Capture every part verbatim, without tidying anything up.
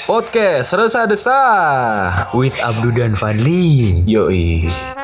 Podcast Resah Desah with Abdu dan Fadli. Yoi.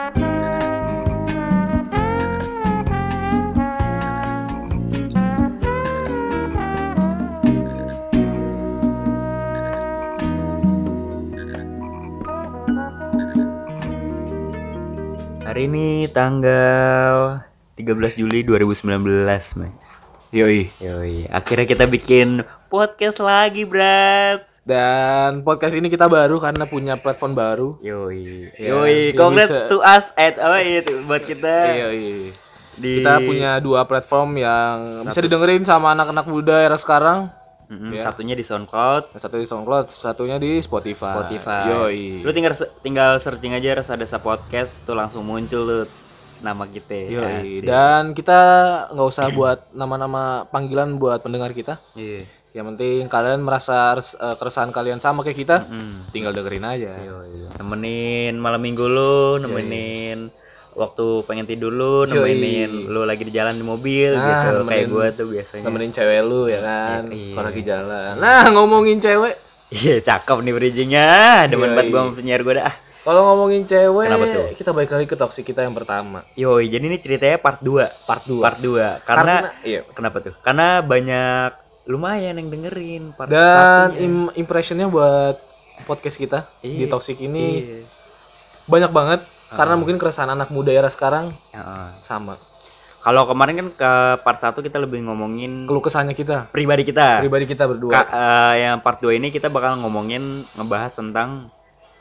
Hari ini tanggal tiga belas Juli dua ribu sembilan belas, man. Yoi. Yoi, akhirnya kita bikin podcast lagi, Brat. Dan podcast ini kita baru karena punya platform baru. Yoi. Ya, Yoi, ini congrats bisa- to us at oh itu buat kita. Yoi. Di Kita punya dua platform yang bisa didengerin sama anak-anak muda era sekarang. Mm-mm, Ya. satunya di SoundCloud, Yang satu di SoundCloud, satunya di Spotify. Spotify. Yoi. Lu tinggal tinggal searching aja Resah Desah Podcast tuh langsung muncul lu nama kita. Yoi. Asik. Dan kita nggak usah buat nama-nama panggilan buat pendengar kita. Iya. Yang penting kalian merasa res- eh, keresahan kalian sama kayak kita, tinggal dengerin aja. Nemenin malam minggu lu, nemenin waktu pengen tidur lu, nemenin lu lagi di jalan di mobil Nah, gitu. Kayak nemenin- gua tuh biasanya. Nemenin cewek lu ya kan, Iya. kalau lagi jalan. Nah, ngomongin cewek, Iya, cakep nih bridging-nya. Demen Yoi. banget gua sama penyiar gua dah. kalau ngomongin cewek, Kenapa tuh? kita balik lagi ke toksik kita yang pertama. Yoi, jadi ini ceritanya part dua. Part dua. Part dua. Karena, Karena- iya. kenapa tuh? Karena banyak lumayan yang dengerin part Dan satunya. im- impressionnya buat podcast kita di Iya. toksik ini Iya. banyak banget. Karena mungkin keresahan anak muda era sekarang Heeh. sama. Kalau kemarin kan ke part satu kita lebih ngomongin Keluh kesahnya kita, pribadi kita. pribadi kita berdua. Ka- eh, yang part dua ini kita bakal ngomongin ngebahas tentang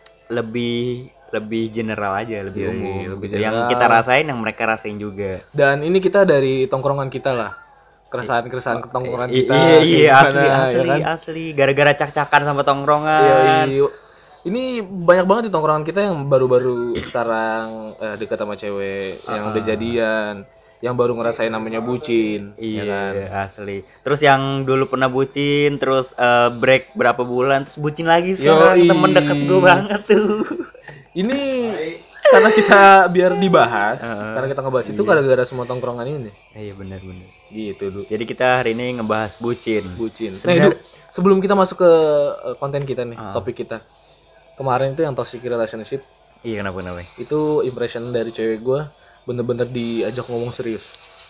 lebih lebih general aja, lebih Iya, umum. iya, lebih gitu. Yang general. kita rasain, yang mereka rasain juga. Dan ini kita dari tongkrongan kita lah. Keresahan-keresahan tongkrongan I- kita. iya kayak iya gimana, asli ya asli kan? asli gara-gara cak-cakan sama Iya, tongkrongan. iya. Ini banyak banget di tongkrongan kita yang baru-baru sekarang eh, dekat sama cewek, yang udah jadian, yang baru ngerasain namanya bucin. Iya ya kan? asli. Terus yang dulu pernah bucin, terus eh, break berapa bulan, terus bucin lagi sekarang. Yoi. Temen deket gue banget tuh. Ini karena kita biar dibahas, karena kita ngebahas itu gara-gara semua tongkrongan ini. Iya benar-benar. Gitu, Du. Jadi kita hari ini ngebahas bucin. Bucin. Nah, Sebenar- Du, sebelum kita masuk ke eh, konten kita nih, topik kita. Kemarin itu yang toxic relationship, Iya kenapa kenapa? itu impression dari cewek gue bener-bener diajak ngomong serius.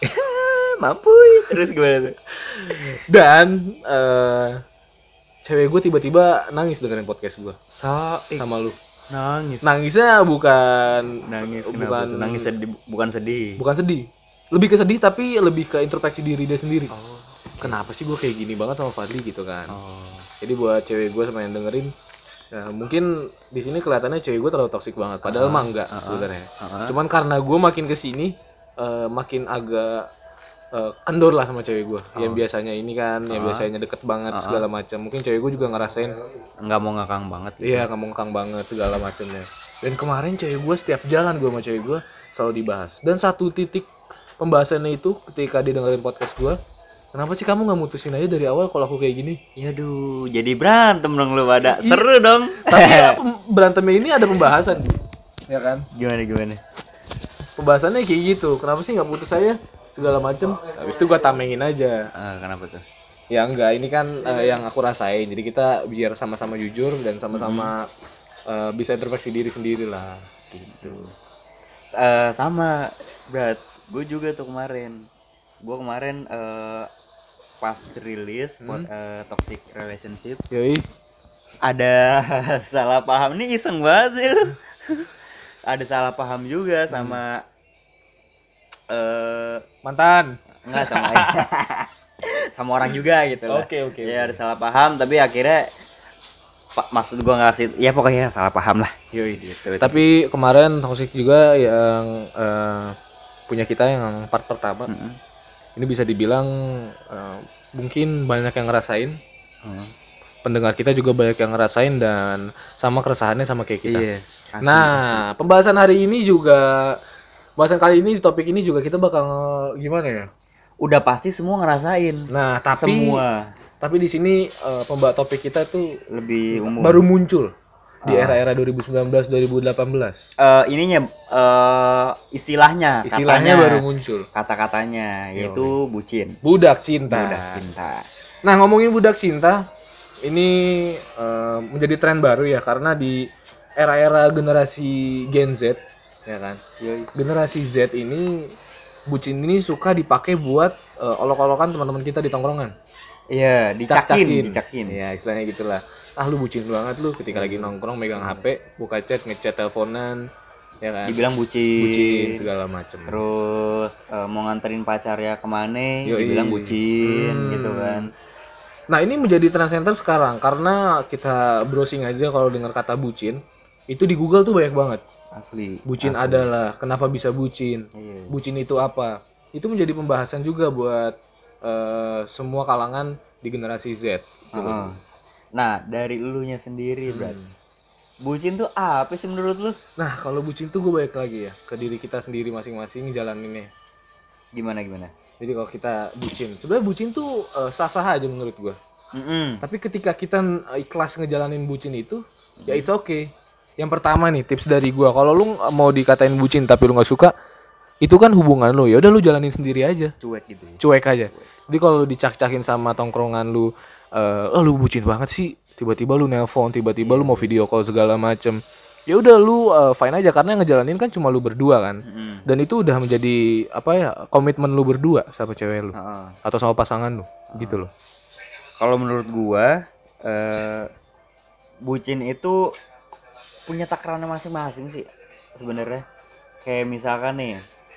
Mampuy. Terus gimana tuh? Dan eh cewek gue tiba-tiba nangis dengerin podcast gue So, sama lu. nangis. Nangisnya bukan Nangis bukan bukan nangis sedih, bukan sedih. bukan sedih. Lebih ke sedih tapi lebih ke introspeksi diri dia sendiri. Kenapa sih gue kayak gini banget sama Fadli gitu kan? Oh. Jadi buat cewek gue sama yang dengerin, ya mungkin di sini kelihatannya cewek gue terlalu toksik banget. Padahal mah enggak sebenarnya. Cuman karena gue makin kesini eh, makin agak eh, kendor lah sama cewek gue. Yang biasanya ini kan, yang biasanya deket banget segala macam. Mungkin cewek gue juga ngerasain, Nggak mau ngakang banget. iya nggak ngomong banget segala macamnya. Dan kemarin cewek gue setiap jalan gue sama cewek gue selalu dibahas. Dan satu titik pembahasannya itu ketika dia dengerin podcast gue, kenapa sih kamu nggak mutusin aja dari awal kalau aku kayak gini? Yaduh, jadi berantem dong lu pada. Seru dong. Tapi ya, pem- berantemnya ini ada pembahasan, ya kan? Gimana gimana? Pembahasannya kayak gitu. Kenapa sih nggak putus saya segala macem? Habis itu gue tamengin aja. Ah, kenapa tuh? Ya enggak, ini kan eh, yang aku rasain. Jadi kita biar sama-sama jujur dan sama-sama eh, bisa introspeksi diri sendiri lah. Gitu. Eh, sama, Brat. Gue juga tuh kemarin. Gue kemarin eh, pas rilis pod- eh, toxic relationship Yoi. ada salah paham nih, iseng banget sih lu. Ada salah paham juga sama eh Mantan. enggak sama sama orang juga gitu lah. Oke, oke, Ya ada salah paham tapi akhirnya pak maksud gua nggak kasih ya pokoknya salah paham lah. Yoi. Tapi kemarin toxic juga yang eh, punya kita yang part pertama. Ini bisa dibilang eh, mungkin banyak yang ngerasain. Hmm. Pendengar kita juga banyak yang ngerasain dan sama keresahannya sama kayak kita. Iya. Asli, Nah, pembahasan hari ini juga, pembahasan kali ini di topik ini juga kita bakal gimana ya? Udah pasti semua ngerasain. Nah, tapi Semua tapi di sini eh, pembahasan topik kita tuh lebih umum. baru muncul di era-era dua ribu sembilan belas dua ribu delapan belas. Eh, ininya eh, istilahnya, Istilahnya katanya, baru muncul. kata-katanya yaitu bucin. Budak cinta. Budak cinta. Nah, ngomongin budak cinta, ini uh, menjadi tren baru ya, karena di era-era generasi Gen Z ya kan. Generasi Z ini bucin ini suka dipakai buat uh, olok-olokan teman-teman kita di tongkrongan. Iya, dicakin, dicakin. Iya, istilahnya gitulah. Ah lu bucin banget lu ketika lagi nongkrong megang H P, buka chat, ngechat, teleponan, ya kan. Dibilang bucin. Bucin segala macem. Terus uh, mau nganterin pacarnya kemana, Yoi. dibilang bucin hmm. gitu kan. Nah, ini menjadi trend center sekarang karena kita browsing aja kalau dengar kata bucin, itu di Google tuh banyak banget. Asli. Bucin asli. adalah kenapa bisa bucin? Iya. Bucin itu apa? Itu menjadi pembahasan juga buat uh, semua kalangan di generasi Z. Gitu. Uh-huh. Nah, dari elunya sendiri, hmm. Brats. Bucin tuh apa sih menurut lu? Nah, kalau bucin tuh gue balik lagi ya ke diri kita sendiri masing-masing jalaninnya. Gimana gimana? Jadi kalau kita bucin, sebenarnya bucin tuh uh, sah-sah aja menurut gue. Mm-mm. Tapi ketika kita ikhlas ngejalanin bucin itu, mm. ya it's okay. Yang pertama nih tips dari gue, kalau lu mau dikatain bucin tapi lu nggak suka, itu kan hubungan lu. Ya udah lu jalanin sendiri aja. Cuek gitu. Ya? Cuek aja. Cuek. Jadi kalau lu dicak-cakin sama tongkrongan lu, Uh, oh lu bucin banget sih, tiba-tiba lu nelpon, tiba-tiba lu mau video call segala macem, ya udah lu uh, fine aja karena yang ngejalanin kan cuma lu berdua kan, mm-hmm. dan itu udah menjadi apa ya komitmen lu berdua sama cewek lu uh-huh. atau sama pasangan lu, uh-huh. gitu loh. Kalau menurut gua, uh, bucin itu punya takarannya masing-masing sih sebenarnya. Kayak misalkan nih,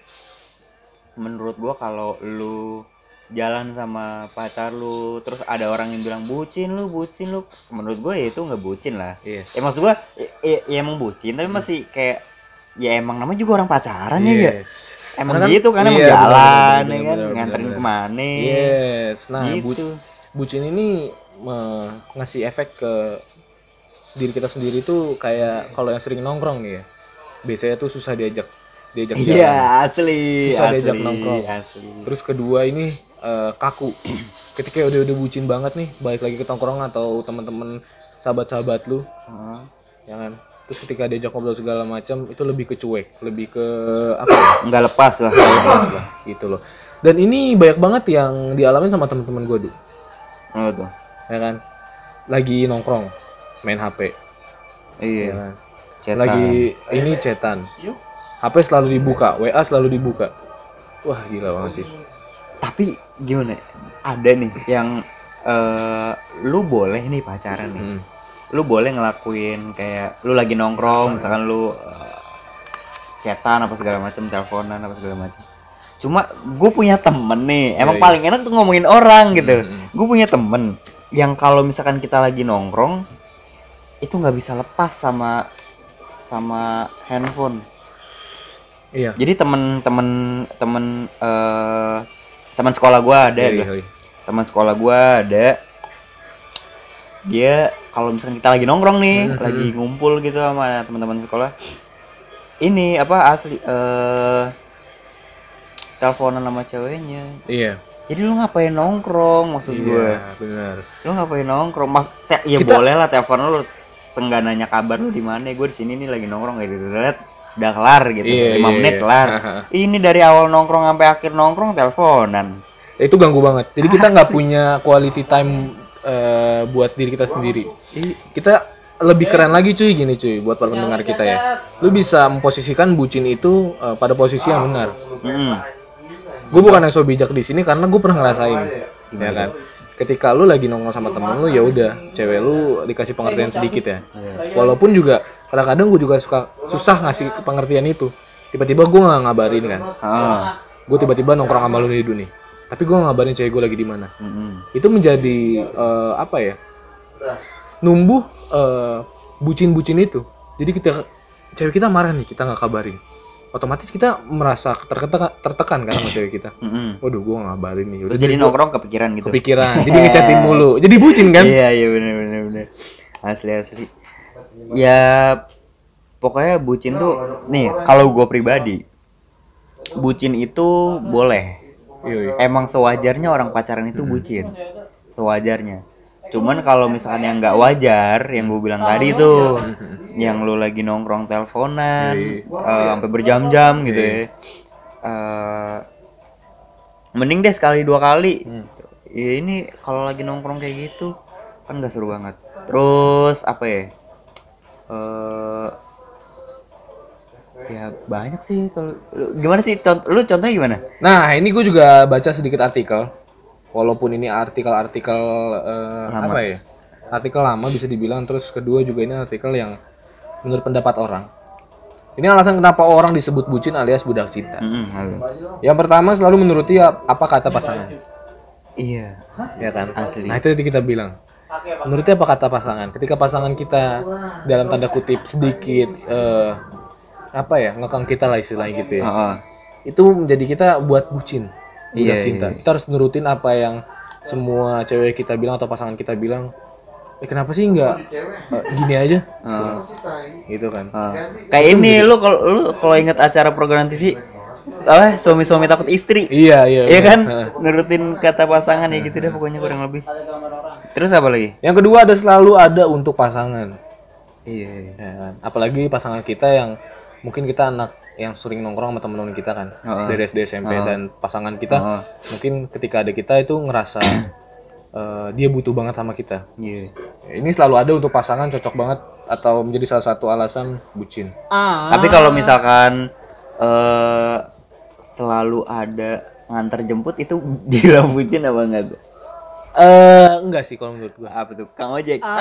menurut gua kalau lu jalan sama pacar lu terus ada orang yang bilang bucin lu bucin lu menurut gue ya itu nggak bucin lah. Yes. Ya maksud gue ya, ya emang bucin tapi hmm. masih kayak ya emang namanya juga orang pacaran yes. ya ya emang kan, gitu kan iya, emang jalan bener, bener, ya kan bener, nganterin bener. kemana yes nah gitu. bu- bucin ini me- ngasih efek ke diri kita sendiri tuh kayak kalau yang sering nongkrong nih ya biasanya tuh susah diajak diajak jalan. Iya asli susah asli, diajak nongkrong asli. Terus kedua ini uh, kaku ketika udah udah bucin banget nih balik lagi ke tongkrong atau teman-teman sahabat-sahabat lu uh-huh. ya kan terus ketika diajak ngobrol segala macam itu lebih ke cuek lebih ke apa ya nggak lepas lah nggak lepas lah gitu loh. Dan ini banyak banget yang dialamin sama teman-teman gue tuh oh, tuh ya kan lagi nongkrong main H P iya ya kan? Lagi ini chatan H P selalu dibuka, W A selalu dibuka. Wah gila banget sih. Tapi gimana? Ada nih yang uh, lu boleh nih pacaran nih. Hmm. Lu boleh ngelakuin kayak lu lagi nongkrong, misalkan lu uh, chatan apa segala macam, teleponan apa segala macam. Cuma gue punya temen nih, emang yeah, paling yeah. enak tuh ngomongin orang gitu. Hmm. Gue punya temen yang kalau misalkan kita lagi nongkrong itu nggak bisa lepas sama sama handphone. Iya. Jadi teman-teman teman uh, teman sekolah gue ada, iya, iya. teman sekolah gue ada. Dia kalau misalkan kita lagi nongkrong nih, mm-hmm. lagi ngumpul gitu sama teman-teman sekolah, ini apa asli uh, teleponan sama ceweknya. Iya. Jadi lu ngapain nongkrong maksud iya, gue? Iya benar. Lu ngapain nongkrong? Mas, te- ya kita... boleh lah telepon lu, seenggak nanya kabar lu di mana? Gue di sini nih lagi nongkrong kayak gitu. Lihat udah kelar gitu, iya, lima menit kelar. Ini dari awal nongkrong sampai akhir nongkrong teleponan. Itu ganggu banget. Jadi kita nggak punya quality time uh, buat diri kita sendiri. Kita lebih keren lagi cuy gini cuy buat para pendengar kita ya. Lu bisa memposisikan bucin itu uh, pada posisi yang benar. Hmm. Gue bukan yang so bijak di sini karena gue pernah ngerasain, ya kan. Ketika lu lagi nongkrong sama temen lu ya udah, cewek lu dikasih pengertian sedikit ya. Walaupun juga kadang-kadang gue juga suka susah ngasih pengertian itu. Tiba-tiba gue nggak ngabarin kan. Ah. Gue tiba-tiba nongkrong sama lu nih nih. Tapi gue ngabarin cewek gue lagi di mana. Mm-hmm. Itu menjadi uh, apa ya? Numbuh uh, bucin-bucin itu. Jadi kita cewek kita marah nih kita nggak kabarin. Otomatis kita merasa tertekan, tertekan kan sama cewek kita. Mm-hmm. Waduh, gue nggak ngabarin nih. Udah jadi nongkrong kepikiran gitu. Kepikiran. Jadi ngechatin mulu. Jadi bucin kan? Iya iya benar-benar benar. Asli asli. Ya pokoknya bucin tuh nih kalau gue pribadi bucin itu boleh. Yui. Emang sewajarnya orang pacaran itu bucin, sewajarnya. Cuman kalau misalkan yang nggak wajar, yang gue bilang tadi tuh, yang lu lagi nongkrong teleponan uh, sampai berjam-jam gitu ya, uh, mending deh sekali dua kali. Hmm. Ya ini kalau lagi nongkrong kayak gitu, kan nggak seru banget. Terus apa ya? Uh, ya banyak sih kalau gimana sih contoh lu contohnya gimana? Nah ini gue juga baca sedikit artikel, walaupun ini artikel-artikel uh, apa ya, artikel lama bisa dibilang. Terus kedua juga ini artikel yang menurut pendapat orang, ini alasan kenapa orang disebut bucin alias budak cinta. Mm-hmm. Yang pertama selalu menuruti apa kata pasangan. Iya, ya kan, asli. Nah itu tadi kita bilang, menuruti apa kata pasangan. Ketika pasangan kita dalam tanda kutip sedikit uh, apa ya, ngekang kita lah istilahnya gitu ya. Uh-huh. Itu menjadi kita buat bucin, budak iya, cinta. Iya. Kita harus nurutin apa yang semua cewek kita bilang atau pasangan kita bilang. Eh kenapa sih enggak uh, gini aja? Uh. Gitu kan. Uh. Kayak ini lu kalau lu kalau inget acara program T V apa suami-suami takut istri. Iya, iya. Iya kan? Uh. Nurutin kata pasangan ya gitu deh pokoknya kurang lebih. Terus apa lagi? Yang kedua ada selalu ada untuk pasangan. Iya, iya. Ya kan? Apalagi pasangan kita yang mungkin kita anak yang sering nongkrong sama temen-temen kita kan, uh-huh. dari S D S M P, uh-huh. dan pasangan kita uh-huh. mungkin ketika ada kita itu ngerasa uh, dia butuh banget sama kita. Yeah. Ini selalu ada untuk pasangan, cocok banget atau menjadi salah satu alasan bucin. Ah. Tapi kalau misalkan uh, selalu ada nganter jemput itu bilang bucin apa enggak tuh? Eh uh, enggak sih kalau menurut gua. Apa tuh? Kang Ojek. Ah.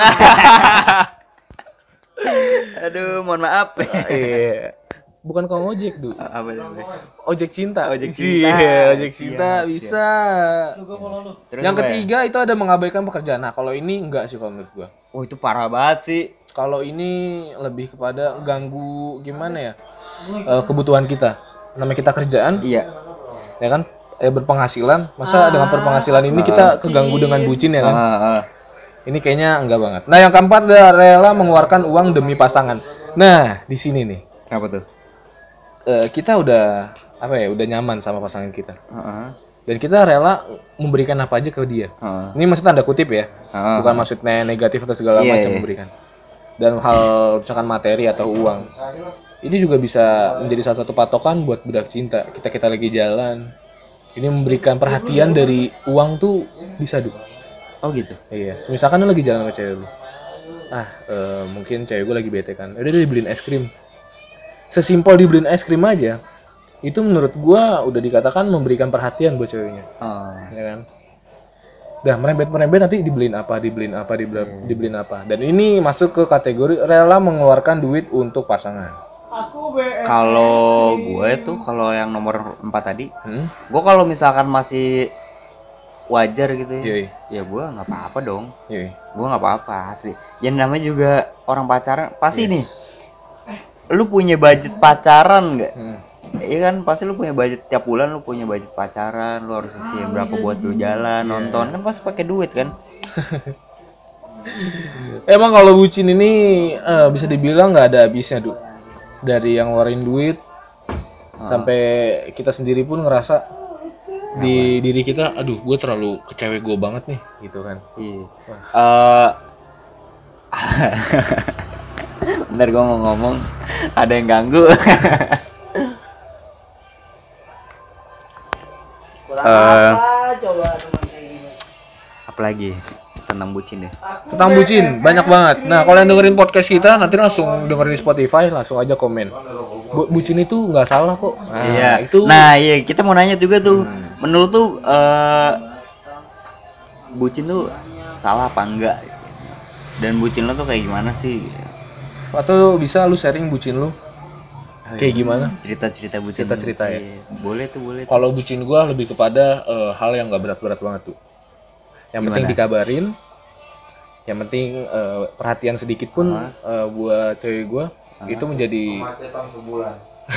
Aduh, mohon maaf. Uh, iya. Bukan Kang Ojek, Du. Apa namanya? Ojek cinta. Ojek cinta. Iya, ojek cinta siap, bisa. Siap. Yang ketiga ya? Itu ada mengabaikan pekerjaan. Nah, kalau ini enggak sih kalau menurut gua. Oh, itu parah banget sih. Kalau ini lebih kepada ganggu gimana ya? Uh, kebutuhan kita. Namanya kita kerjaan. Iya. Ya kan? Eh berpenghasilan. Masa ah, dengan berpenghasilan ini ah, kita keganggu dengan bucin ya kan? Ah, ah. Ini kayaknya enggak banget. Nah, yang keempat adalah rela mengeluarkan uang demi pasangan. Nah, di sini nih. Kenapa tuh? Uh, kita udah apa ya udah nyaman sama pasangan kita, uh-huh. dan kita rela memberikan apa aja ke dia. Uh-huh. Ini maksud tanda kutip ya, uh-huh. bukan maksudnya negatif atau segala yeah, macam yeah. memberikan. Dan hal misalkan materi atau uang, ini juga bisa menjadi salah satu patokan buat budak cinta. Kita kita lagi jalan, ini memberikan perhatian dari uang tuh bisa dulu. Oh gitu. Iya. Misalkan lu lagi jalan sama cewek lu, ah uh, mungkin cewek gue lagi bete kan, udah dibeliin es krim. Sesimpel dibeliin es krim aja, itu menurut gua udah dikatakan memberikan perhatian buat ceweknya. Oh. Ya kan? Dah merembet-merembet nanti dibeliin apa, dibeliin apa, dibeliin, hmm. dibeliin apa. Dan ini masuk ke kategori rela mengeluarkan duit untuk pasangan. Kalau gue tuh kalau yang nomor empat tadi, hmm? gue kalau misalkan masih wajar gitu ya, Yui. ya gue nggak apa-apa dong. Gue nggak apa-apa asli. Yang namanya juga orang pacaran pasti yes. nih. Lu punya budget pacaran nggak? Hmm. Iya kan pasti lu punya budget tiap bulan, lu punya budget pacaran, lu harus sisihin berapa buat lu jalan, yeah. nonton kan pasti pakai duit kan. Emang kalau bucin ini uh, bisa dibilang nggak ada habisnya, Du. Dari yang ngeluarin duit ah. sampai kita sendiri pun ngerasa Apa? di diri kita, aduh, gue terlalu ke cewek gue banget nih, gitu kan. Iya. Uh, Bener gue mau ngomong ada yang ganggu. uh, coba apalagi tentang bucin deh. Tentang bucin banyak banget. Nah kalau yang dengerin podcast kita nanti langsung dengerin di Spotify, langsung aja komen. Bu- bucin itu nggak salah kok. Nah, iya. Itu. Nah iya kita mau nanya juga tuh. Hmm. Menurut tuh uh, bucin tuh salah apa enggak? Dan bucin lo tuh kayak gimana sih? Atau bisa lu sharing bucin lu kayak gimana? Cerita-cerita bucin. Cerita-cerita ya. Boleh tuh, boleh. Kalau bucin gua lebih kepada uh, hal yang enggak berat-berat banget tuh. Yang gimana? Penting dikabarin. Yang penting uh, perhatian sedikit pun uh-huh. uh, buat cewek gua uh-huh. itu menjadi cetan sebulan.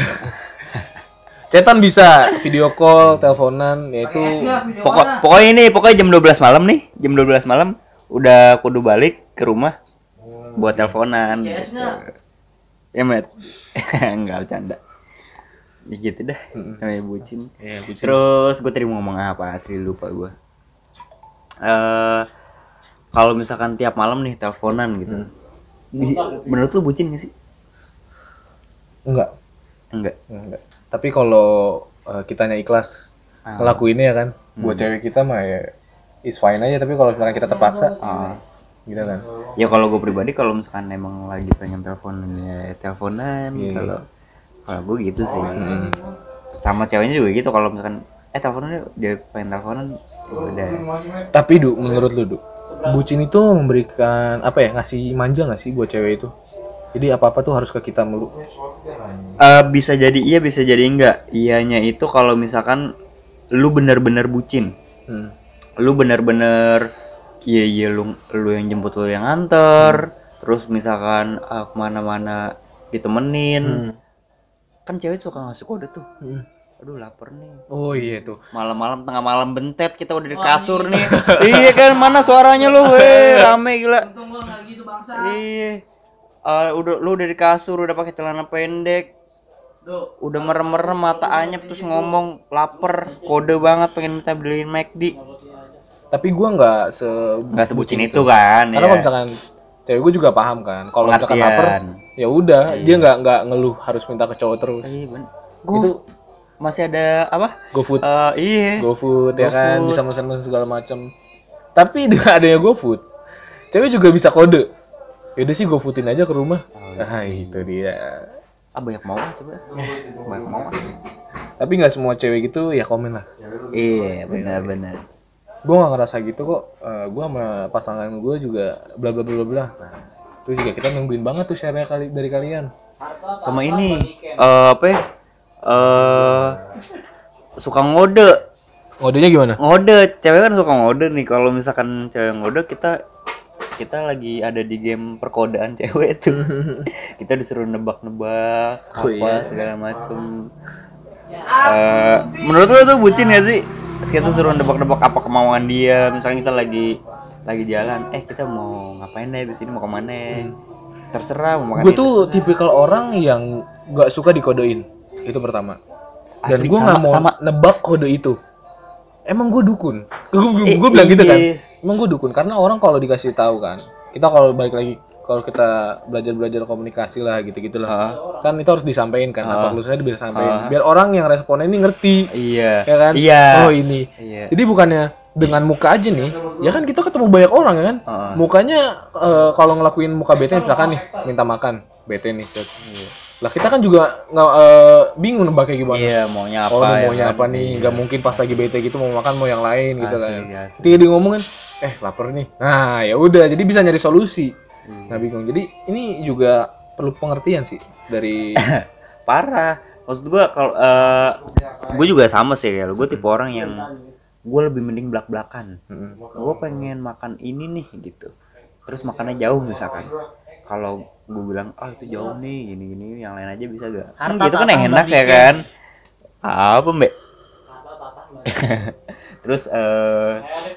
Cetan bisa, video call, teleponan, yaitu pokok pokoknya ini pokoknya jam dua belas malam nih, jam dua belas malam udah kudu balik ke rumah. Buat teleponan gitu. Ya Met. Enggak bercanda. Ya gitu dah. Namanya bucin. Ya, bucin. Terus gue tadi mau ngomong apa asli lupa gue. Uh, kalau misalkan tiap malam nih teleponan gitu. Hmm. Menurut lu bucin gak sih? Enggak. Enggak. Enggak. Tapi kalau uh, kitanya ikhlas ah. ngelakuinnya kan, hmm. buat cewek kita mah ya is fine aja, tapi kalau misalkan kita terpaksa, ah. gitu kan. Ya kalau gue pribadi kalau misalkan emang lagi pengen telepon ya teleponan. Yeah. Kalau kalau gue gitu sih. Hmm. Sama ceweknya juga gitu, kalau misalkan eh teleponan dia pengen teleponan udah. Tapi Du, menurut lu Du, bucin itu memberikan apa ya, ngasih manja nggak sih buat cewek itu? Jadi apa-apa tuh harus ke kita mulu? Uh, bisa jadi iya, bisa jadi enggak. Iyanya itu kalau misalkan lu benar-benar bucin. Hmm. Lu benar-benar iya iya lu lu yang jemput, lu yang antar. Hmm. Terus misalkan uh, kemana-mana ditemenin. Hmm. Kan cewek suka ngasih kode tuh. Hmm. Aduh lapar nih. Oh iya tuh. Malam-malam tengah malam bentet kita udah di kasur. Wah, nih. Iya kan, mana suaranya lu weh, rame gila. Untung gua enggak gitu bangsa. Iya. Uh, udah lu udah di kasur, udah pakai celana pendek. Duh. Udah merem-merem mata anyep terus ngomong lapar, kode banget pengen minta beliin McD. Tapi gua enggak se enggak sebucin itu, itu kan. Karena ya. Kalau misalkan cewek gue juga paham kan, kalau misalkan lapar ya udah, iya. Dia nggak nggak ngeluh harus minta ke cowok terus. Iya, ben- itu masih ada apa? GoFood. Uh, iya. GoFood ya kan, bisa mesen-mesen segala macam. Tapi dengan adanya GoFood, cewek juga bisa kode. Yaudah sih GoFoodin aja ke rumah. Oh, ah itu dia. Ah banyak mau lah coba. Banyak mau. Tapi nggak semua cewek gitu ya komen lah. Iya benar-benar. Gue nggak ngerasa gitu kok. Uh, gue sama pasangan gue juga bla bla bla bla. Nah, itu juga kita nungguin banget tuh share kali dari kalian. Sama ini uh, apa ya? Uh, suka ngode. Ngodenya gimana? Ngode, cewek kan suka ngode nih. Kalau misalkan cewek ngode, kita kita lagi ada di game perkodaan cewek tuh. Kita disuruh nebak-nebak apa oh, iya. segala macem. Uh, menurut lo tuh bucin gak sih? Kita suruh nebak-nebak apa kemauan dia. Misalnya kita lagi lagi jalan, eh kita mau ngapain deh di sini, mau kemana? Hmm. Terserah mau makan. Gue tuh terserah. Tipikal orang yang gak suka dikodein. Itu pertama. Dan gue nggak mau sama. nebak kode itu. Emang gue dukun. Gue eh, bilang iya. gitu kan. Emang gue dukun karena orang kalau dikasih tahu kan. Kita kalau balik lagi kalau kita belajar-belajar komunikasi lah gitu-gitulah. Uh. Kan itu harus disampaikan kan. Uh. Apa perlu saya bisa sampaikan. Uh. Biar orang yang responnya ini ngerti. Iya. Ya kan? Iya. Oh ini. Iya. Jadi bukannya dengan muka aja nih. Ya kan kita ketemu banyak orang ya kan. Uh. Mukanya uh, kalau ngelakuin muka bete misalkan nih minta makan. Bete nih. Set. Iya. Lah kita kan juga nggak uh, bingung nebaknya gimana. Iya, maunya apa? Oh, maunya ya, apa nih? Nggak iya. mungkin pas lagi bete gitu mau makan mau yang lain gitu asli, kan. Ketika dia ngomongin, eh lapar nih. Nah ya udah, jadi bisa nyari solusi. Hmm. Nggak bingung. Jadi ini juga perlu pengertian sih dari. Parah. Maksud gue kalau uh, gue juga sama sih ya. Gue tipe orang yang gue lebih mending belak-belakan. Hmm. Gue pengen makan ini nih gitu. Terus makannya jauh misalkan. Kalau gue bilang, ah oh, itu jauh nih, gini-gini, yang lain aja bisa gak? Kan gitu kan enak ya kan? Apa mbak? Terus, uh,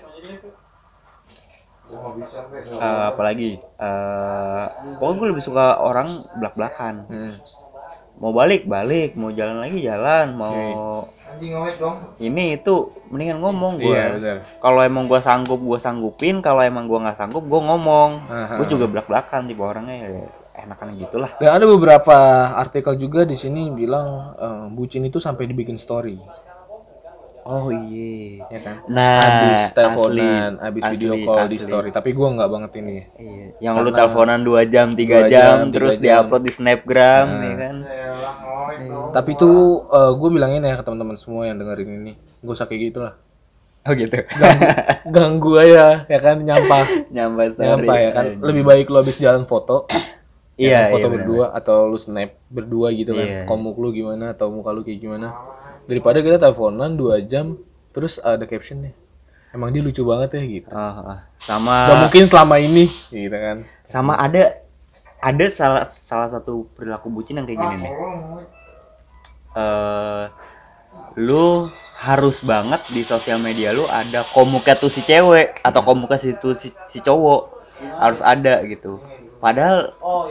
uh, apalagi, uh, pokoknya gue lebih suka orang belak-belakan. Hmm. Mau balik, balik, mau jalan lagi, jalan, mau ini itu, mendingan ngomong gue. Iya, kalau emang gue sanggup, gue sanggupin. Kalau emang gue nggak sanggup, gue ngomong. Gue juga belak-belakan tipe orangnya ya. Enakan gitulah. Dan ada beberapa artikel juga di sini bilang um, bucin itu sampai dibikin story. Oh iya. Ya kan? Nah, habis teleponan, habis video call asli. Di story. Tapi gue nggak banget ini. Iya. Yang karena lu teleponan dua jam, tiga jam, terus diupload di Snapgram, nah. ya kan? Tapi itu uh, gue bilangin ya ke teman-teman semua yang dengerin ini, gak usah kayak gitulah. Oh gitu. Ganggu, ganggu aja, ya kan, nyampah. Nyampah, sorry. Nyampah ya kan. Lebih baik lu habis jalan foto. Iya, ya, foto iya, berdua bener. Atau lu snap berdua gitu kan. Iya. Komuk lu gimana atau muka lu kayak gimana. Daripada kita teleponan dua jam terus ada captionnya. Emang dia lucu banget ya gitu. Uh, uh. Sama gak mungkin selama ini gitu kan. Sama ada ada salah salah satu perilaku bucin yang kayak gini nih. Uh, lu harus banget di sosial media lu ada komuknya tuh si cewek atau komuknya si tuh si, si cowok harus ada gitu. Padahal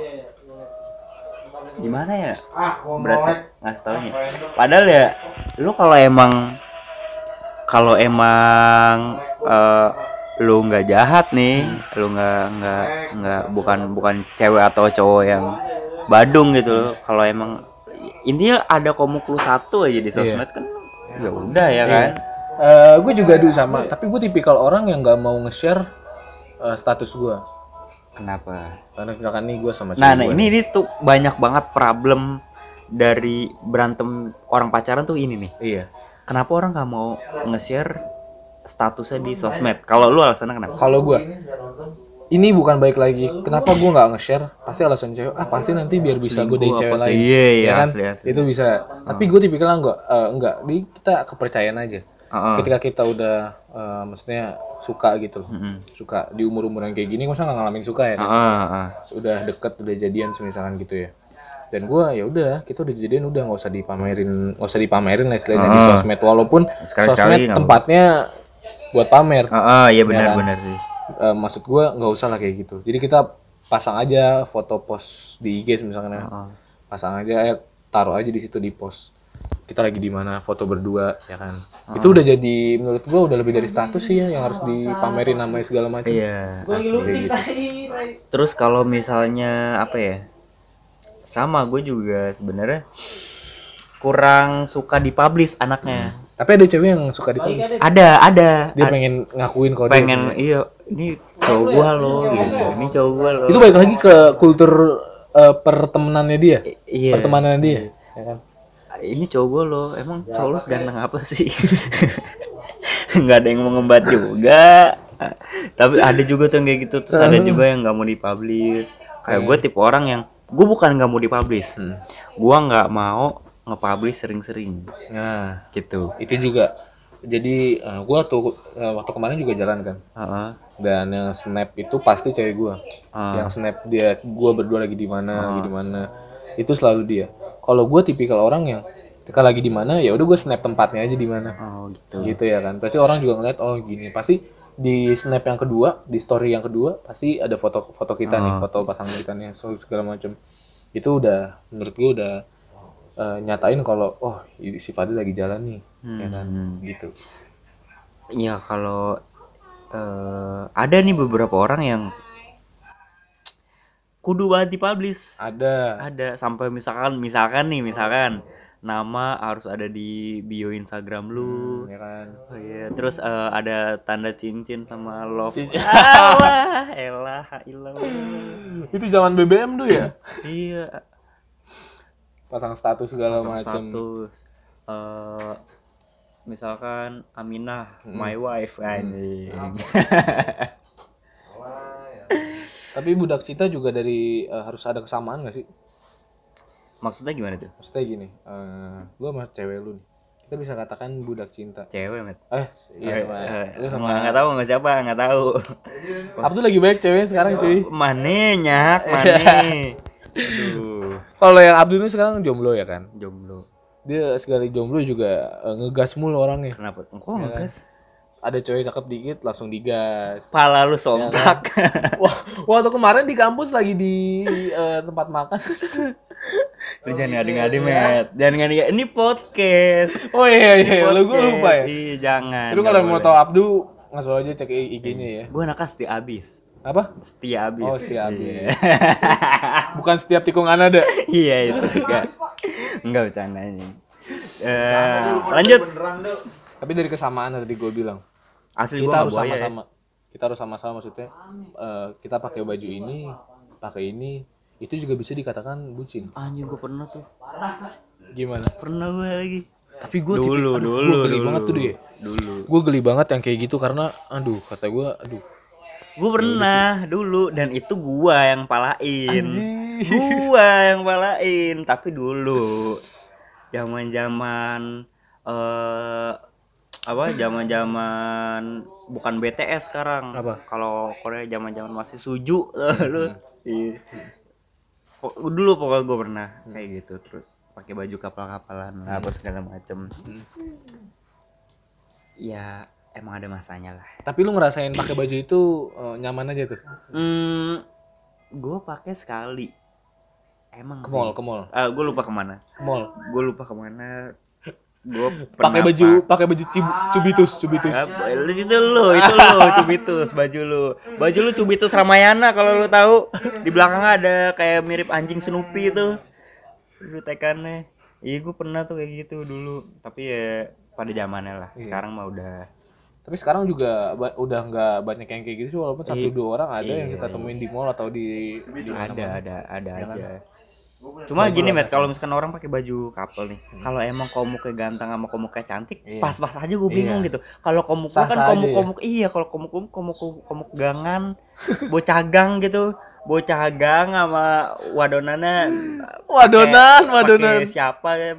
gimana ya? Berat ngasih taunya. Padahal ya lu kalau emang kalau emang uh, lu nggak jahat nih, lu nggak nggak nggak bukan bukan cewek atau cowok yang badung gitu. Kalau emang intinya ada komuk lu satu aja di sosmed iya. kan ya udah ya kan. Iya. Uh, gue juga dulu sama, tapi gue tipikal orang yang nggak mau nge-share uh, status gue. Kenapa? Karena misalkan nih gue sama cewek Nah, nah gua ini, nih. ini tuh banyak banget problem dari berantem orang pacaran tuh ini nih. Iya. Kenapa orang nggak mau nge-share statusnya di sosmed? Kalau lu alasannya kenapa? Kalau gue, ini bukan baik lagi. Kenapa gue nggak nge-share? Pasti alasan cewek. Ah pasti nanti biar bisa gue dari Selingkuh cewek apa sih? lain. Iya, iya, ya kan? asli, asli. Itu bisa. Tapi gue tipikal enggak, uh, enggak. Di kita kepercayaan aja. Uh-uh. Ketika kita udah, uh, maksudnya suka gitu, loh. Mm-mm. Suka di umur-umur yang kayak gini, masa nggak ngalamin suka ya? Kan? Uh-uh, uh-uh. Udah deket, udah jadian misalkan gitu ya. Dan gue ya udah, kita udah jadian udah nggak usah dipamerin, nggak usah dipamerin lah istilahnya uh-uh. di sosmed. Walaupun Sekali-sekali sosmed tempatnya buat pamer. Uh-uh, iya Ya benar-benar kan? sih. Uh, maksud gue nggak usah lah kayak gitu. Jadi kita pasang aja foto post di I G misalkan ya. Uh-uh. Pasang aja, eh, taruh aja di situ di post. Kita lagi di mana, foto berdua, ya kan. Uh-uh. Itu udah jadi menurut gue udah lebih dari status sih ya, yang harus dipamerin namanya segala macam. Iya. Kayak gitu. Terus kalau misalnya apa ya? Sama gue juga sebenarnya kurang suka dipublish anaknya. Tapi ada cewek yang suka dipublish. Ada, ada. Dia A- pengen ngakuin kalau pengen dia. iya, ini cowok gua loh gitu. Ini cowok gua loh. Itu balik lagi ke kultur uh, pertemanannya dia. I- iya. Pertemanannya dia, ya kan. Ini cowok gua loh. Emang cowok lu seganteng apa sih? Nggak ada yang mau ngembat juga. Tapi ada juga tuh yang kayak gitu. Terus ada juga yang nggak mau dipublish. Kayak gue tipe orang yang gue bukan nggak mau dipublish. Hmm. Gue nggak mau nge-publish sering-sering. Nah, gitu. Itu juga. Jadi uh, gue tuh uh, waktu kemarin juga jalan kan. Uh-huh. Dan yang snap itu pasti cewek gue. Uh. Yang snap dia, gue berdua lagi di mana, uh. lagi di mana. Itu selalu dia. Kalau gue tipikal orang yang ketika lagi di mana, ya udah gue snap tempatnya aja di mana. Oh gitu. Gitu ya kan. Pasti orang juga ngeliat, oh gini. Pasti di snap yang kedua, di story yang kedua pasti ada foto foto kita uh. nih, foto pasangan kita nih, so, segala macam. Itu udah menurut gue udah uh, nyatain kalau oh si Fadil lagi jalan nih, hmm. ya kan, gitu. Iya kalau uh, ada nih beberapa orang yang kudu banget dipublish. Ada. Ada sampai misalkan misalkan nih misalkan nama harus ada di bio Instagram lu, hmm, ya kan. Oh iya, terus uh, ada tanda cincin sama love. Allah, elah, ilah. Itu zaman B B M tuh ya? Iya. Pasang status segala Pasang macam. Status. Uh, misalkan Aminah, hmm. my wife, anjing. Hmm. Tapi budak cinta juga dari uh, harus ada kesamaan nggak sih? Maksudnya gimana tuh? Maksudnya gini, uh, gue sama cewek lu nih, kita bisa katakan budak cinta. Cewek, Met? Eh, iya sama. Eh, lu sama nggak tahu nggak siapa nggak tahu. Abdul lagi banyak cewek sekarang cuy. Mane nyak, mane. Aduh. Kalau yang Abdul ini sekarang jomblo ya kan? Jomblo. Dia sekali jomblo juga uh, ngegas mulu orangnya. Kenapa? Kok ngegas? Ada cewek cakep dikit langsung digas. Pala lu sompak. Ya kan? Wah, waktu kemarin di kampus lagi di uh, tempat makan. Lu jangan ngadi-ngadi, Met. Jangan ngadi-ngadi. Ini podcast. Oh iya iya, lu gue lupa ya. Iya, jangan. Lu kalau mau tahu Abdu, langsung aja cek I G-nya ya. Gue anaknya setia abis. Apa? Setia abis. Oh, setia abis. Bukan setiap tikungan ada. Iya, itu juga. Enggak bercandanya. Eh, lanjut. Tapi dari kesamaan tadi gue bilang. Asli kita gua harus sama-sama. sama-sama. Kita harus sama-sama maksudnya uh, kita pakai baju ini, pakai ini, itu juga bisa dikatakan bucin. Anjing gue pernah tuh. Gimana? Pernah gue lagi. Tapi gue dulu, tipe, aduh, dulu, gue geli dulu, banget tuh dia. Dulu. Gue geli banget yang kayak gitu karena, aduh kata gue, aduh. Gue pernah dulu dan itu gua yang palain. Gua yang palain, tapi dulu zaman-zaman eh apa zaman-zaman bukan B T S sekarang. Kalau Korea zaman-zaman masih Suju lu. Iya. Dulu pokoknya gue pernah kayak gitu terus pakai baju kapal-kapalan hmm. apa segala macem. Hmm. Ya emang ada masanya lah. Tapi lu ngerasain pakai baju itu uh, nyaman aja tuh? Hmm, gue pakai sekali. Emang ke mall, ke mall. Uh, gue lupa kemana. Ke mall. Gue lupa kemana. Gue pakai baju pakai baju cubitus cubitus ya, itu lo itu lo cubitus baju lu baju lu cubitus Ramayana kalau lu tahu di belakangnya ada kayak mirip anjing Snoopy itu lu tekannya. Iya gue pernah tuh kayak gitu dulu tapi ya pada zamannya lah. Sekarang mah udah Tapi sekarang juga ba- udah nggak banyak yang kayak gitu sih, walaupun satu I- dua orang ada iya, yang kita temuin di mall atau di di ada mana-mana. ada ada Ya kan? aja. Cuma gini Matt, kalau misalkan orang pakai baju couple nih, hmm. kalau emang komuknya ganteng sama komuknya cantik, Iya. pas-pas aja gue bingung Iya. gitu. Kalau komuknya kan Sah-sah aja komuk-komuk iya, kalau komuk-komuk komuk komuk gangan, bocah gang gitu, bocah gang sama wadonana. Wadonan, pakai- wadonan. pakai siapa ya?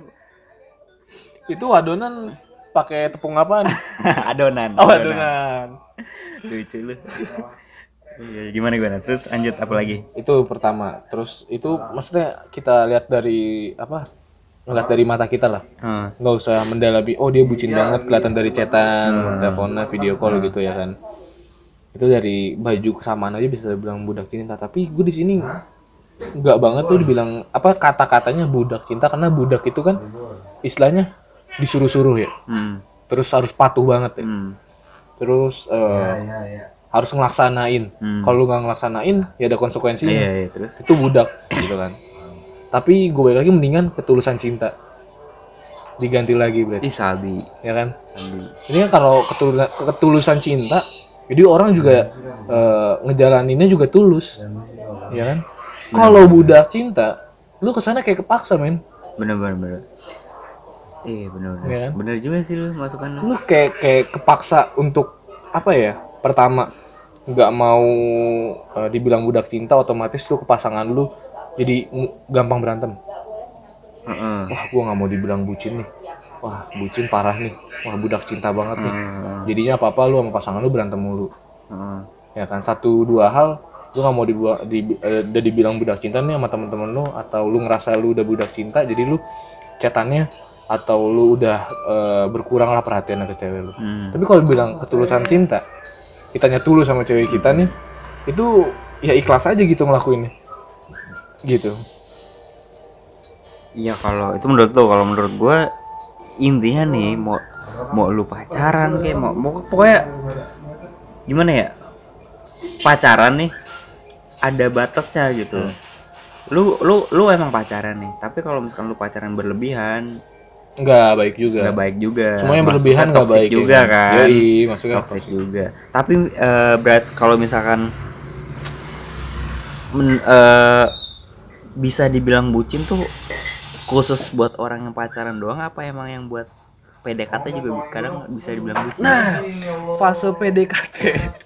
Itu wadonan pakai tepung apaan? adonan. Oh, adonan. Lucu lu. Iya, gimana gimana? Terus lanjut apa lagi? Itu pertama. Terus itu maksudnya kita lihat dari apa? Ngeliat dari mata kita lah. Hmm. Nggak usah mendalami. Oh dia bucin banget, kelihatan dari chatan, hmm. teleponnya, video call hmm. gitu ya kan. Itu dari baju kesamaan aja bisa bilang budak cinta. Tapi gue di sini nggak banget tuh dibilang apa kata-katanya budak cinta, karena budak itu kan istilahnya disuruh-suruh ya. Hmm. Terus harus patuh banget ya. Hmm. Terus uh, ya, ya, ya. harus ngelaksanain. Hmm. Kalau lu nggak ngelaksanain ya ada konsekuensinya. Ya, ya, terus itu budak gitu kan. Tapi gue balik lagi mendingan ketulusan cinta. Diganti lagi berarti. Ih, sabi. Ya kan? Sabi. Ini kan kalau ketulusan, ketulusan cinta, jadi orang juga hmm. uh, ngejalaninnya juga tulus. Ya kan? Kalau budak cinta, lu kesana kayak kepaksa, men. Bener bener bener. Iya bener bener. Ya kan? Bener juga sih lu masukan lu. Lu kayak kayak kepaksa untuk apa ya? Pertama, nggak mau uh, dibilang budak cinta, otomatis lu ke pasangan lu jadi gampang berantem. Uh-uh. Wah, gua nggak mau dibilang bucin nih. Wah, bucin parah nih. Wah, budak cinta banget nih. Uh-uh. Jadinya apa-apa lu sama pasangan lu berantem mulu. Uh-uh. Ya kan, satu dua hal lu nggak mau dibuat di, uh, udah dibilang budak cinta nih sama teman-teman lu, atau lu ngerasa lu udah budak cinta, jadi lu chatannya atau lu udah uh, berkurang lah perhatian ke cewek lu. Hmm. Tapi kalau bilang ketulusan cinta, kitanya tulus sama cewek kita nih, itu ya ikhlas aja gitu ngelakuinnya. Gitu. Iya, kalau itu menurut lo, kalau menurut gua intinya nih mau mau lu pacaran kayak mau, mau pokoknya gimana ya, pacaran nih ada batasnya gitu. Hmm. Lu lu lu emang pacaran nih, tapi kalau misalkan lu pacaran berlebihan nggak baik juga. Nggak baik juga. Semua yang berlebihan nggak baik juga ya. Kan. Yoi, maksudnya toxic juga. Tapi uh, berat kalau misalkan men, uh, bisa dibilang bucin tuh khusus buat orang yang pacaran doang, apa emang yang buat P D K T juga kadang bisa dibilang bucin? Nah, fase P D K T.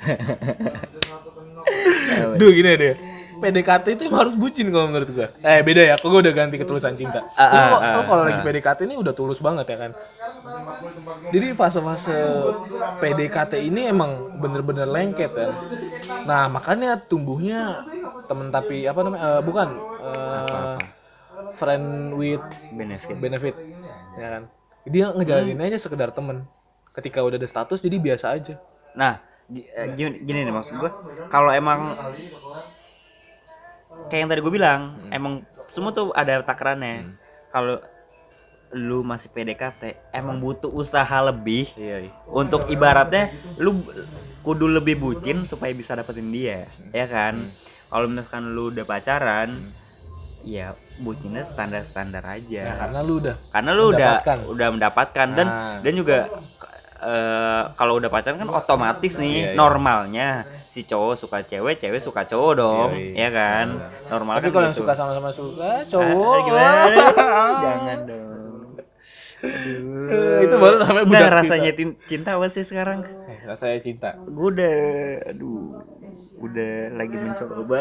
Duh gini deh. P D K T itu emang harus bucin kalau menurut gua. Eh beda ya, kok gua udah ganti ketulusan cinta. Ah, ah, ah, ah, kalau ah. lagi P D K T ini udah tulus banget ya kan. Jadi fase-fase P D K T ini emang bener-bener lengket kan. Nah makanya tumbuhnya temen tapi apa namanya? Uh, bukan uh, friend with benefit. benefit, ya kan. Dia ngejalanin hmm. aja sekedar temen. Ketika udah ada status jadi biasa aja. Nah gini, gini nih maksud gua, kalau emang kayak yang tadi gue bilang, hmm. emang semua tuh ada takarannya. Hmm. Kalau lu masih P D K T, emang butuh usaha lebih. Iya, iya. Untuk ibaratnya lu kudu lebih bucin supaya bisa dapetin dia, hmm. ya kan? Hmm. Kalau misalkan lu udah pacaran, hmm. ya bucinnya standar-standar aja. Ya, karena lu udah karena lu mendapatkan. udah udah mendapatkan dan nah. dan juga uh, kalau udah pacaran kan otomatis nih, iya, iya. normalnya si cowok suka cewek, cewek suka cowok dong, iya, iya. ya kan? Normal. Tapi kan kalau yang gitu. suka sama-sama suka cowok, ah, jangan dong. Aduh. Itu baru namanya budak nah, rasanya cinta. cinta apa sih sekarang? Eh, rasanya cinta. Gue udah, aduh, udah lagi mencoba.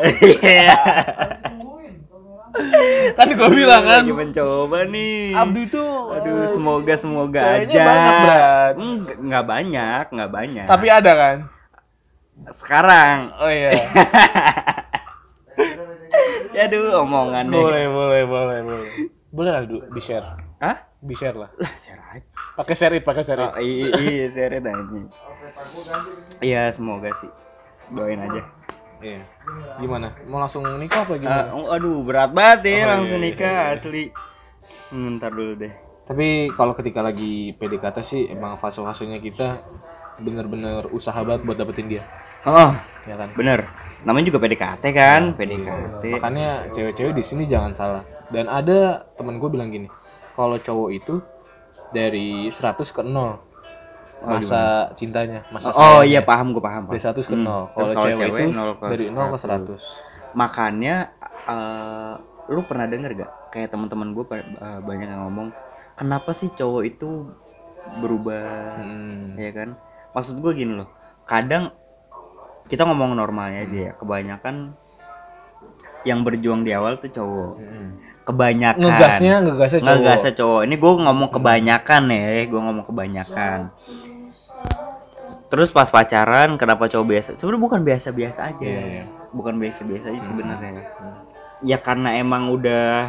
Kan gue bilang kan lagi mencoba nih. Abdu itu aduh semoga semoga aja banyak, berat. Nggak, nggak banyak nggak banyak tapi ada kan sekarang. Oh iya. Ya aduh omongan nih. Boleh boleh boleh boleh boleh lah di share. Hah? Di share lah. Lah share aja. Pakai share it pakai share it. Oh, iya iya share it aja. Iya semoga sih. Doain aja. Iya. Gimana? Mau langsung nikah apa gimana? Uh, aduh berat banget ya oh, langsung iya, nikah iya, iya. asli. Ntar dulu deh. Tapi kalau ketika lagi P D K T sih emang fase-fasenya kita bener-bener usaha banget buat dapetin dia. Oh, ya kan? Bener. Namanya juga P D K T kan, nah, P D K T. Makanya cewek-cewek di sini jangan salah. Dan ada temen gue bilang gini, kalau cowok itu dari seratus ke nol. masa oh, cintanya, masa oh, oh iya paham gue paham, paham. Dari seratus ke nol. Hmm. Kalau cewek, cewek itu dari nol ke seratus. Makanya uh, lu pernah denger gak kayak teman-teman gue uh, banyak yang ngomong kenapa sih cowok itu berubah, hmm. ya kan? Maksud gue gini loh, kadang kita ngomong normalnya aja ya, kebanyakan yang berjuang di awal tuh cowok, hmm. kebanyakan ngegasnya ngegasnya cowok. Ngegasnya cowok. Ini gue ngomong kebanyakan ya, gue ngomong kebanyakan. Terus pas pacaran kenapa cowok biasa? Sebenarnya bukan biasa-biasa aja, yeah, yeah. bukan biasa-biasa aja sebenarnya. Hmm. Ya karena emang udah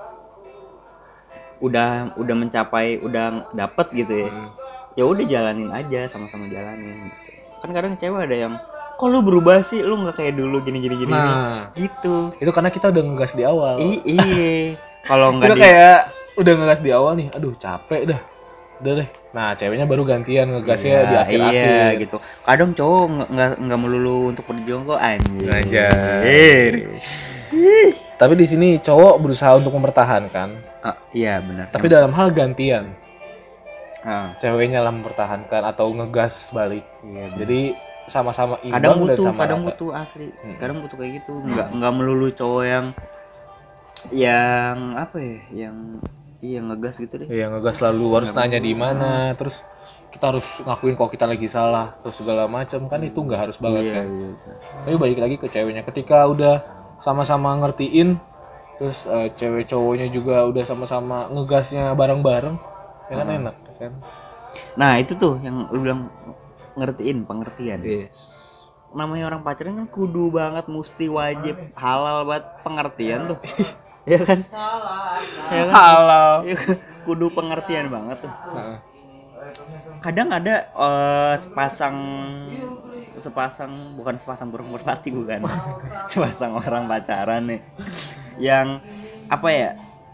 udah udah mencapai, udah dapet gitu ya. Hmm. Ya udah jalanin aja, sama-sama jalanin. Gitu. Kan kadang cewek ada yang kok lu berubah sih, lu nggak kayak dulu gini gini gini nah, gitu. Itu karena kita udah ngegas di awal. I- iya. Kalau nggak di... kayak udah ngegas di awal nih, aduh capek dah, udah deh. Nah ceweknya baru gantian ngegasnya iya, di akhir-akhir. Iya gitu. Kadang cowok nggak nggak melulu untuk berjuang kok anjir. Anjir. Tapi di sini cowok berusaha untuk mempertahankan. Oh, iya benar. Tapi dalam hal gantian, oh. ceweknya lah mempertahankan atau ngegas balik. Iya, jadi sama-sama imbang kadang butuh, dan sama kadang rata. butuh asli. Hmm. Kadang butuh kayak gitu. Nggak nggak melulu cowok yang yang apa ya, yang iya ngegas gitu deh. Iya ngegas selalu harus nggak nanya di mana, terus kita harus ngakuin kok kita lagi salah, terus segala macam kan itu nggak harus banget iya, kan. Iya. Tapi balik lagi ke ceweknya, ketika udah sama-sama ngertiin, terus uh, cewek cowoknya juga udah sama-sama ngegasnya bareng-bareng, ya kan hmm. enak kan. Nah itu tuh yang lu bilang ngertiin, pengertian. Yes. Namanya orang pacaran kan kudu banget, mesti wajib halal buat pengertian tuh. Ya kan? Ya kan? Halal. Kudu pengertian banget tuh. Nah. Kadang ada uh, sepasang sepasang bukan sepasang burung merpati bukan. Sepasang orang pacaran nih yang apa ya?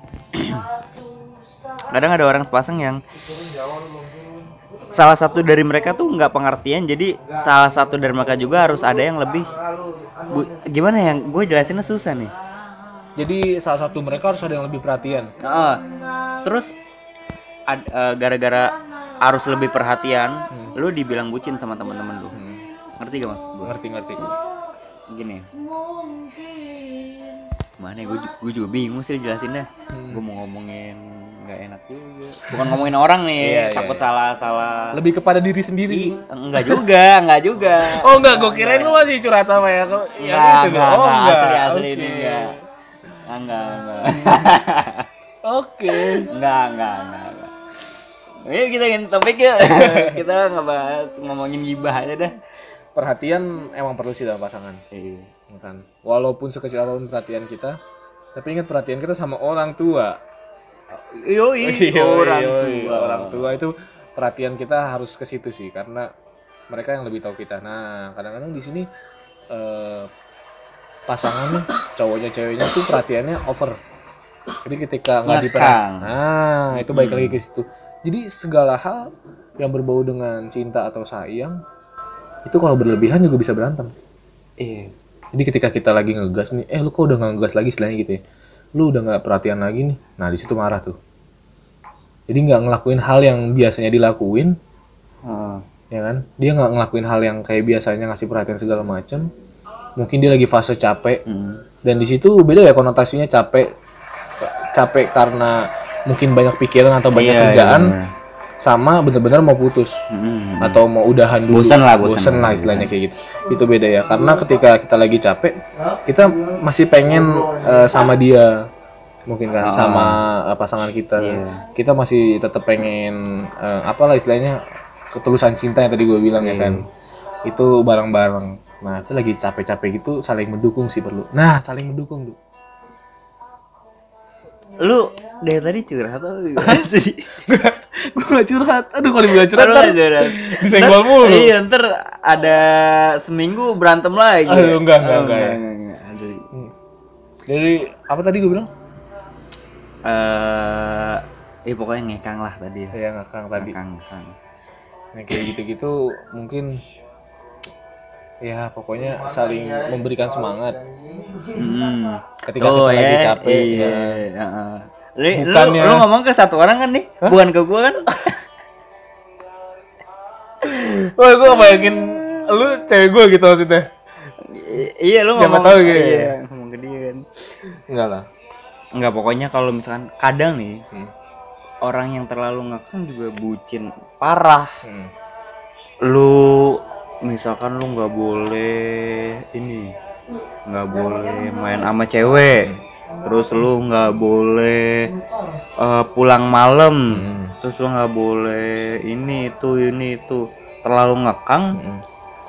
Kadang ada orang sepasang yang salah satu dari mereka tuh nggak pengertian, jadi salah satu dari mereka juga harus ada yang lebih bu, gimana ya, gue jelasinnya susah nih. Jadi salah satu mereka harus ada yang lebih perhatian. Uh, terus ad, uh, gara-gara harus lebih perhatian, hmm. lu dibilang bucin sama teman-teman lu. Hmm. Ngerti gak maksud gue? Ngerti ngerti. Gini. Mana gue gue juga bingung sih jelasinnya. Hmm. Gue mau ngomongin nggak enak juga. Bukan ngomongin orang nih, iya, takut iya, salah iya. salah. Lebih kepada diri sendiri. I, enggak juga, enggak juga. Oh enggak, gue kirain lu masih curhat sama ya. Enggak, enggak, enggak, oh, enggak, asli asli okay. Ini enggak. Enggak, enggak. Oke. Okay. Enggak, enggak, enggak, enggak. Ini kita ingin topik ya. Kita ngebahas ngomongin gibah aja dah. Perhatian emang perlu sih dalam pasangan. Iya. Kan. Walaupun sekecil apapun perhatian kita, tapi ingat perhatian kita sama orang tua. Yoi, orang tua. Orang tua itu perhatian kita harus ke situ sih, karena mereka yang lebih tahu kita. Nah, kadang-kadang di sini eh, pasangan nih, cowoknya ceweknya tuh perhatiannya over. Jadi ketika nggak diperhatikan, nah itu balik hmm. lagi ke situ. Jadi segala hal yang berbau dengan cinta atau sayang itu kalau berlebihan juga bisa berantem. Iya. Jadi ketika kita lagi ngegas nih, eh lu kok udah nggak ngegas lagi istilahnya gitu ya, lu udah nggak perhatian lagi nih, nah di situ marah tuh. Jadi nggak ngelakuin hal yang biasanya dilakuin, hmm. ya kan? Dia nggak ngelakuin hal yang kayak biasanya ngasih perhatian segala macam. Mungkin dia lagi fase capek, hmm. dan di situ beda ya konotasinya, capek, capek karena mungkin banyak pikiran atau banyak iya, kerjaan. Iya, sama benar-benar mau putus hmm. atau mau udahan dulu, bosan lah, bosan, bosan lah istilahnya kayak gitu. Itu beda ya, karena ketika kita lagi capek, kita masih pengen uh, sama dia, mungkin kan, oh. sama uh, pasangan kita, yeah. kita masih tetap pengen uh, apalah istilahnya ketulusan cinta yang tadi gue bilang yeah. ya kan, itu bareng-bareng. Nah itu lagi capek-capek gitu saling mendukung sih perlu. Nah saling mendukung tuh. Lu dari tadi curhat atau gimana sih? Gue gak curhat. Aduh kalau dibilang curhat ntar disenggol mulu. Iya ntar ada seminggu berantem lagi. Aduh enggak enggak, oh, enggak, enggak, enggak, enggak. Aduh. Jadi apa tadi gue bilang? Eh, uh, eh pokoknya ngekang lah tadi. Iya ngekang tadi. Ngekang, ngekang. Nah kayak gitu-gitu mungkin ya pokoknya saling memberikan semangat. Hmm. Ketika oh, kita ya, lagi capek iya, ya. Iya. Lu, Bukannya... lu, lu ngomong ke satu orang kan nih, Hah? bukan ke gua kan? Wah, gue bayangin lu cewek gue gitu maksudnya. I- iya lu Siapa ngomong tahu gitu. iya, ngomong ke dia kan. Enggak lah. Enggak, pokoknya kalau misalkan kadang nih Hmm. orang yang terlalu ngekang juga bucin parah. Hmm. Lu misalkan lu nggak boleh ini, nggak boleh main sama cewek, terus lu nggak boleh uh, pulang malam, Hmm. terus lu nggak boleh ini itu ini itu, terlalu ngekang. Hmm.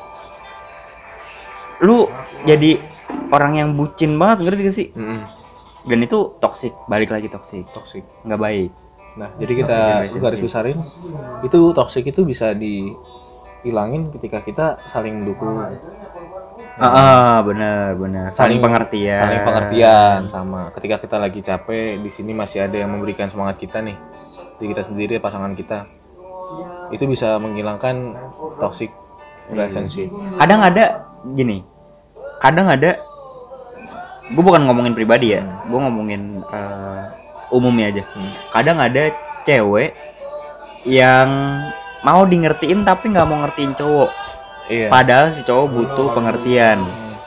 Lu jadi orang yang bucin banget, ngerti gak sih? Hmm. Dan itu toksik, balik lagi toksik, Toxic. nggak baik. Nah, jadi kita garis besarin itu toxic itu bisa dihilangin ketika kita saling mendukung. Ah, ah, benar benar. Saling, Saling- pengertian. Saling pengertian sama ketika kita lagi capek, di sini masih ada yang memberikan semangat kita nih. Diri kita sendiri, pasangan kita. Itu bisa menghilangkan toxic relationship. Kadang ada gini, kadang ada, gue bukan ngomongin pribadi ya, gue ngomongin uh, umumnya aja. Kadang ada cewek yang mau di ngertiin tapi nggak mau ngertiin cowok. Iya. Padahal si cowok butuh pengertian.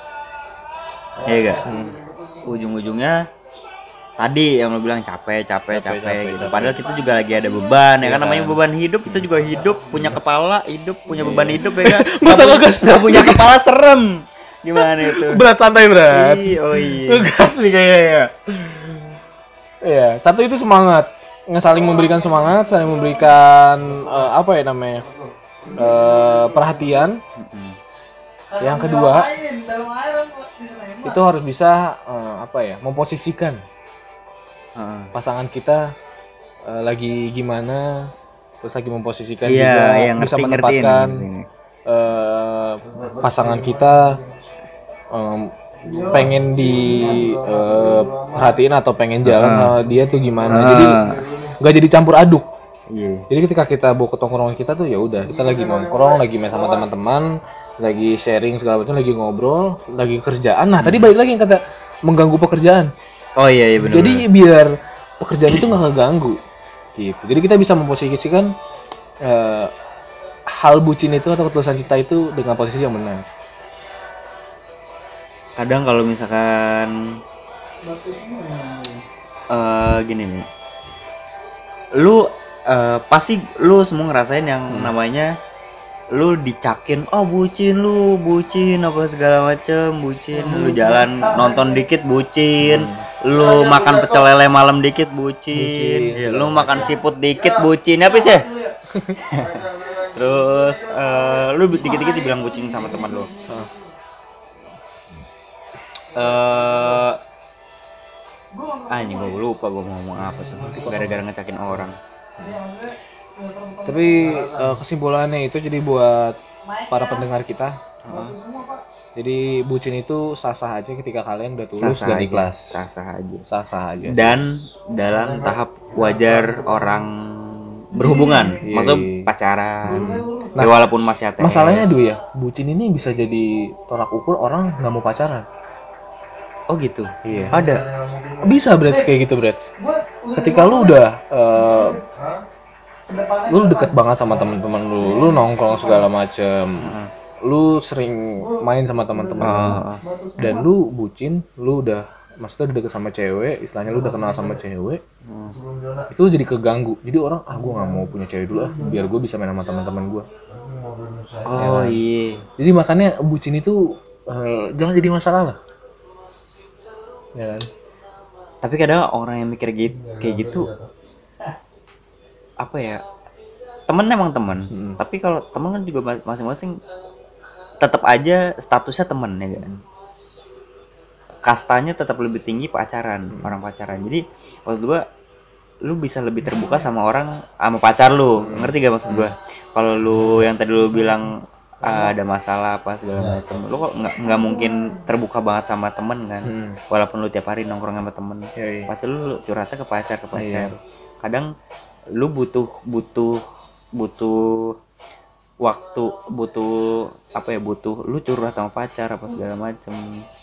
Iya gak? Ujung-ujungnya tadi yang lo bilang capek, capek, capek, Capek, capek, gitu. capek. Padahal kita juga lagi ada beban ya Iya kan, namanya kan? beban hidup, kita juga hidup, punya kepala, hidup, punya beban hidup ya kan. Masa Nggak pu- ngegas? nggak punya kepala serem. Gimana itu? Berat santai berat. Ih, oh iya. Ngegas nih kayaknya. Iya, satu itu semangat, ngesaling memberikan semangat, saling memberikan eh, apa ya namanya eh, perhatian. Yang kedua itu harus bisa eh, apa ya memposisikan Heeh. pasangan kita eh, lagi gimana, terus lagi memposisikan Iya, juga yang bisa ngerti ngertiin. menempatkan eh, pasangan kita em, pengen di eh, perhatiin atau pengen jalan sama dia tuh gimana. Jadi nggak jadi campur aduk. Iya. Jadi ketika kita bawa ke tongkrongan kita tuh ya udah kita lagi nongkrong, lagi main sama teman-teman, lagi sharing segala macam, lagi ngobrol, lagi kerjaan. Nah tadi balik lagi yang kata mengganggu pekerjaan. Oh iya, iya benar. Jadi biar pekerjaan itu nggak keganggu gitu. Jadi kita bisa memposisikan eh, hal bucin itu atau ketulusan cinta itu dengan posisi yang benar. Kadang kalau misalkan eh gini nih, lu eh, pasti lu semua ngerasain yang namanya lu dicakin, oh bucin lu, bucin apa segala macem, bucin. Lu jalan nonton dikit bucin, lu makan pecel lele malam dikit bucin, ya, lu makan siput dikit bucin, apa sih? Terus eh, lu dikit-dikit dibilang bucin sama teman lu. Eh, ah ini gue lupa gue mau ngomong apa tuh, gara-gara ngecakin orang. Tapi eh, kesimpulannya itu jadi buat para pendengar kita. Jadi bucin itu sah-sah aja ketika kalian udah tulus Sah-sah dan aja, ikhlas. sah-sah aja. Sah-sah aja. Dan dalam tahap wajar orang berhubungan, Iya, maksud iya. pacaran, ya walaupun masih A T S. Masalahnya dulu ya, bucin ini bisa jadi tolak ukur orang nggak mau pacaran. Oh gitu. Iya. Ada. Bisa Brad kayak gitu Brad. Ketika lu udah eh, lu deket banget sama teman-teman lu, lu nongkrong segala macem, lu sering main sama teman-teman lu, dan lu bucin, lu udah maksudnya udah deket sama cewek, istilahnya lu udah kenal sama cewek, itu jadi keganggu. Jadi orang ah gue nggak mau punya cewek dulu ah, biar gue bisa main sama teman-teman gue. Oh iya. Jadi makanya bucin itu eh, jangan jadi masalah lah. Ya kan? Tapi kadang orang yang mikir gitu, kayak gitu, apa ya? Temen emang temen. Hmm. Tapi kalau temen kan juga masing-masing tetap aja statusnya temen ya kan. Kastanya tetap lebih tinggi pacaran, orang pacaran. Jadi maksud gua, lu bisa lebih terbuka sama orang, sama pacar lu. Ngerti gak maksud gua? Kalau lu yang tadi lu bilang ah, ada masalah apa segala macam, lu kok nggak nggak mungkin terbuka banget sama temen kan? Hmm. Walaupun lu tiap hari nongkrong sama temen, Iya, iya. pasti lu curhatnya ke pacar ke pacar. Kadang lu butuh butuh butuh waktu, butuh apa ya, butuh lu curhat sama pacar apa segala macem.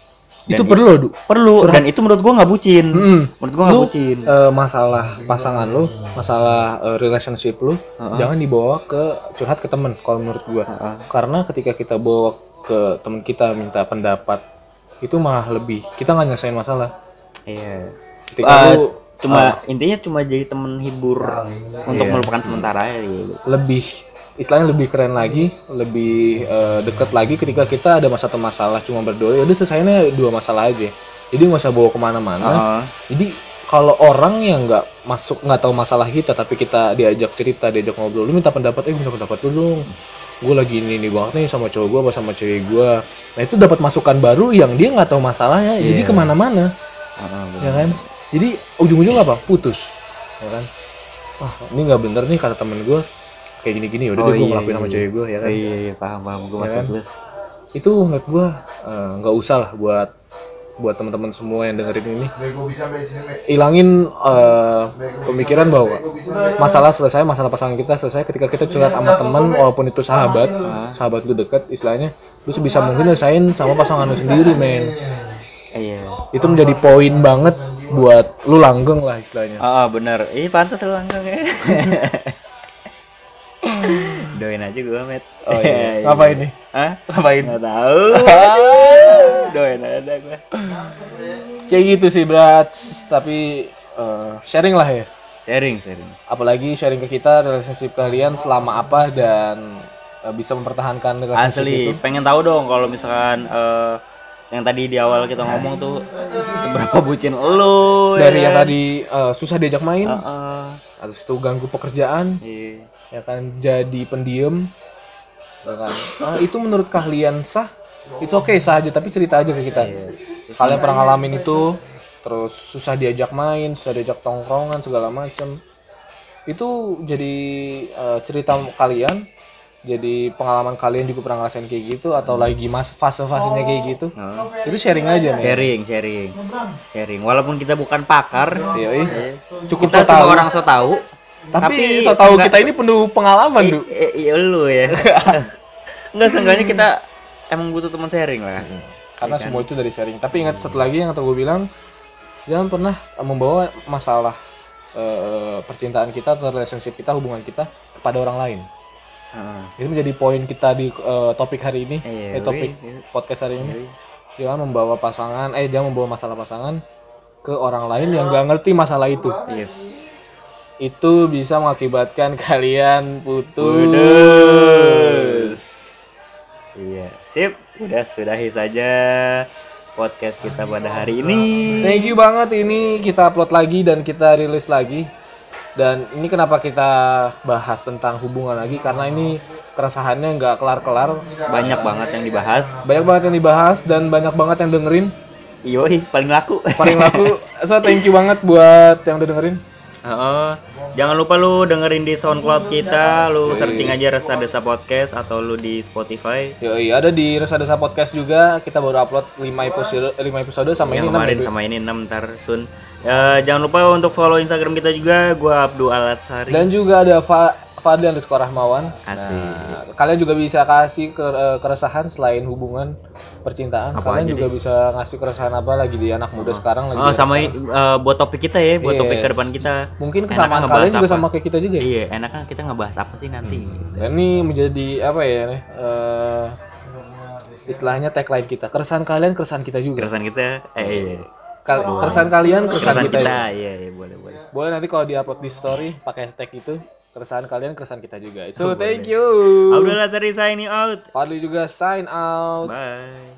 itu Dan perlu, Du. perlu dan itu menurut gua nggak bucin. Mm. Menurut gua nggak Lu, bucin. eh, masalah pasangan lu, masalah eh, relationship lu, jangan dibawa ke curhat ke temen kalau menurut gua. Karena ketika kita bawa ke temen kita minta pendapat, itu malah lebih kita nggak nyelesain masalah. Iya. Ketika Uh, lu cuma intinya cuma jadi temen hibur untuk melupakan sementara ya gitu. lebih istilahnya lebih keren lagi, lebih uh, deket lagi ketika kita ada satu masalah cuma berdua, ya udah selesainya dua masalah aja. Jadi nggak usah bawa kemana-mana. Uh-huh. Jadi kalau orang yang nggak masuk nggak tahu masalah kita, tapi kita diajak cerita, diajak ngobrol, lu minta pendapat, eh minta pendapat lu dong. Gue lagi ini nih banget nih sama cowok gue apa sama cewek gue. Nah itu dapat masukan baru yang dia nggak tahu masalahnya, yeah. Jadi kemana-mana, uh-huh, ya kan? Jadi ujung-ujungnya apa? Putus, ya kan? Wah ini nggak bener nih kata temen gue. Kayak gini-gini udah oh, deh gue iya, ngelakuin iya. sama cewek gue ya kan. Iya iya paham paham gue ya maksud kan? lu. Itu menurut gue nggak uh, usah lah buat buat teman-teman semua yang dengerin ini. Ilangin uh, pemikiran bahwa masalah selesai, masalah pasangan kita selesai ketika kita curhat sama teman walaupun itu sahabat, nah, sahabat lu dekat istilahnya, lu sebisa mungkin nyelesain sama pasangan lu sendiri, men. Iya. Itu menjadi poin banget buat lu langgeng lah istilahnya. Oh, benar. Ih pantas lu langgeng ya. Doain aja gue met. Oh iya. Ngapain nih? Hah? Ngapain? Nggak tahu. Doain aja gue. Kayak gitu sih berat. Tapi uh, sharing lah ya. Sharing sharing. Apalagi sharing ke kita relationship kalian selama apa dan uh, bisa mempertahankan relationship asli, itu. Pengen tahu dong kalau misalkan uh, yang tadi di awal kita ngomong tuh seberapa bucin lu dari ya yang kan? tadi uh, susah diajak main, uh-uh. terus itu ganggu pekerjaan. Iya. Ya kan jadi pendiam, ya kan? Ah, itu menurut kalian sah? It's okay sah aja, tapi cerita aja ke kita. Yeah. Kalian pernah ngalamin itu, terus susah diajak main, susah diajak tongkrongan segala macem. Itu jadi uh, cerita kalian, jadi pengalaman kalian juga pernah ngerasain kayak gitu atau lagi mas fase-fasenya kayak gitu. Oh. Itu sharing aja nih. Sharing, sharing, sharing. Walaupun kita bukan pakar, iya, cukup kita cuma orang so tahu. Tapi, tapi so tahu kita ini penuh pengalaman, Du. Iya lu ya. Enggak, seenggaknya kita emang butuh teman sharing lah. Karena ya semua kan? Itu dari sharing. Tapi ingat satu lagi yang gue bilang, jangan pernah membawa masalah uh, percintaan kita atau relationship kita, hubungan kita kepada orang lain. Uh. Ini menjadi poin kita di uh, topik hari ini, eh, topik podcast hari ini. Jangan membawa pasangan, eh jangan membawa masalah pasangan ke orang lain yang nggak ngerti masalah itu. Yes. Itu bisa mengakibatkan kalian putus. putus. Iya, sip. Udah sudahi saja podcast kita pada hari ini. Thank you banget, ini kita upload lagi dan kita rilis lagi. Dan ini kenapa kita bahas tentang hubungan lagi, karena ini keresahannya nggak kelar-kelar. Banyak banget yang dibahas. Banyak banget yang dibahas dan banyak banget yang dengerin. Yoi, paling laku. Paling laku. So thank you banget buat yang udah dengerin. Uh, jangan lupa lu dengerin di SoundCloud kita, lu Yoi. Searching aja Resa Desa Podcast atau lu di Spotify. Yoi, ada di Resa Desa Podcast juga. Kita baru upload lima episode lima episode sama yang ini enam. Kemarin sama ini enam ntar sun. Uh, jangan lupa untuk follow Instagram kita juga, gua Abdul Alatsari. Dan juga ada Fa- Fadli underscore Rahmawan. Asik. Nah, kalian juga bisa kasih ke, uh, keresahan selain hubungan percintaan. Apa kalian juga deh. Bisa ngasih keresahan apa lagi di anak muda oh. sekarang lagi. Oh, sama uh, buat topik kita ya, buat yes. topik ke depan kita. Mungkin kesamaan kalian juga apa? Sama kayak kita juga. Iya, enaknya kita ngebahas apa sih nanti. Hmm. Dan ini menjadi apa ya nih? Uh, istilahnya tagline kita. Keresahan kalian, keresahan kita juga. Keresahan kita. Eh iya. Kal- keresahan kalian, keresahan, keresahan kita. kita. Iya, iya, boleh, boleh. Boleh nanti kalau di-upload di story pakai hashtag itu. Keresahan kalian, keresahan kita juga. So, oh, thank you. Abdul Alatsari signing out. Fadli juga sign out. Bye.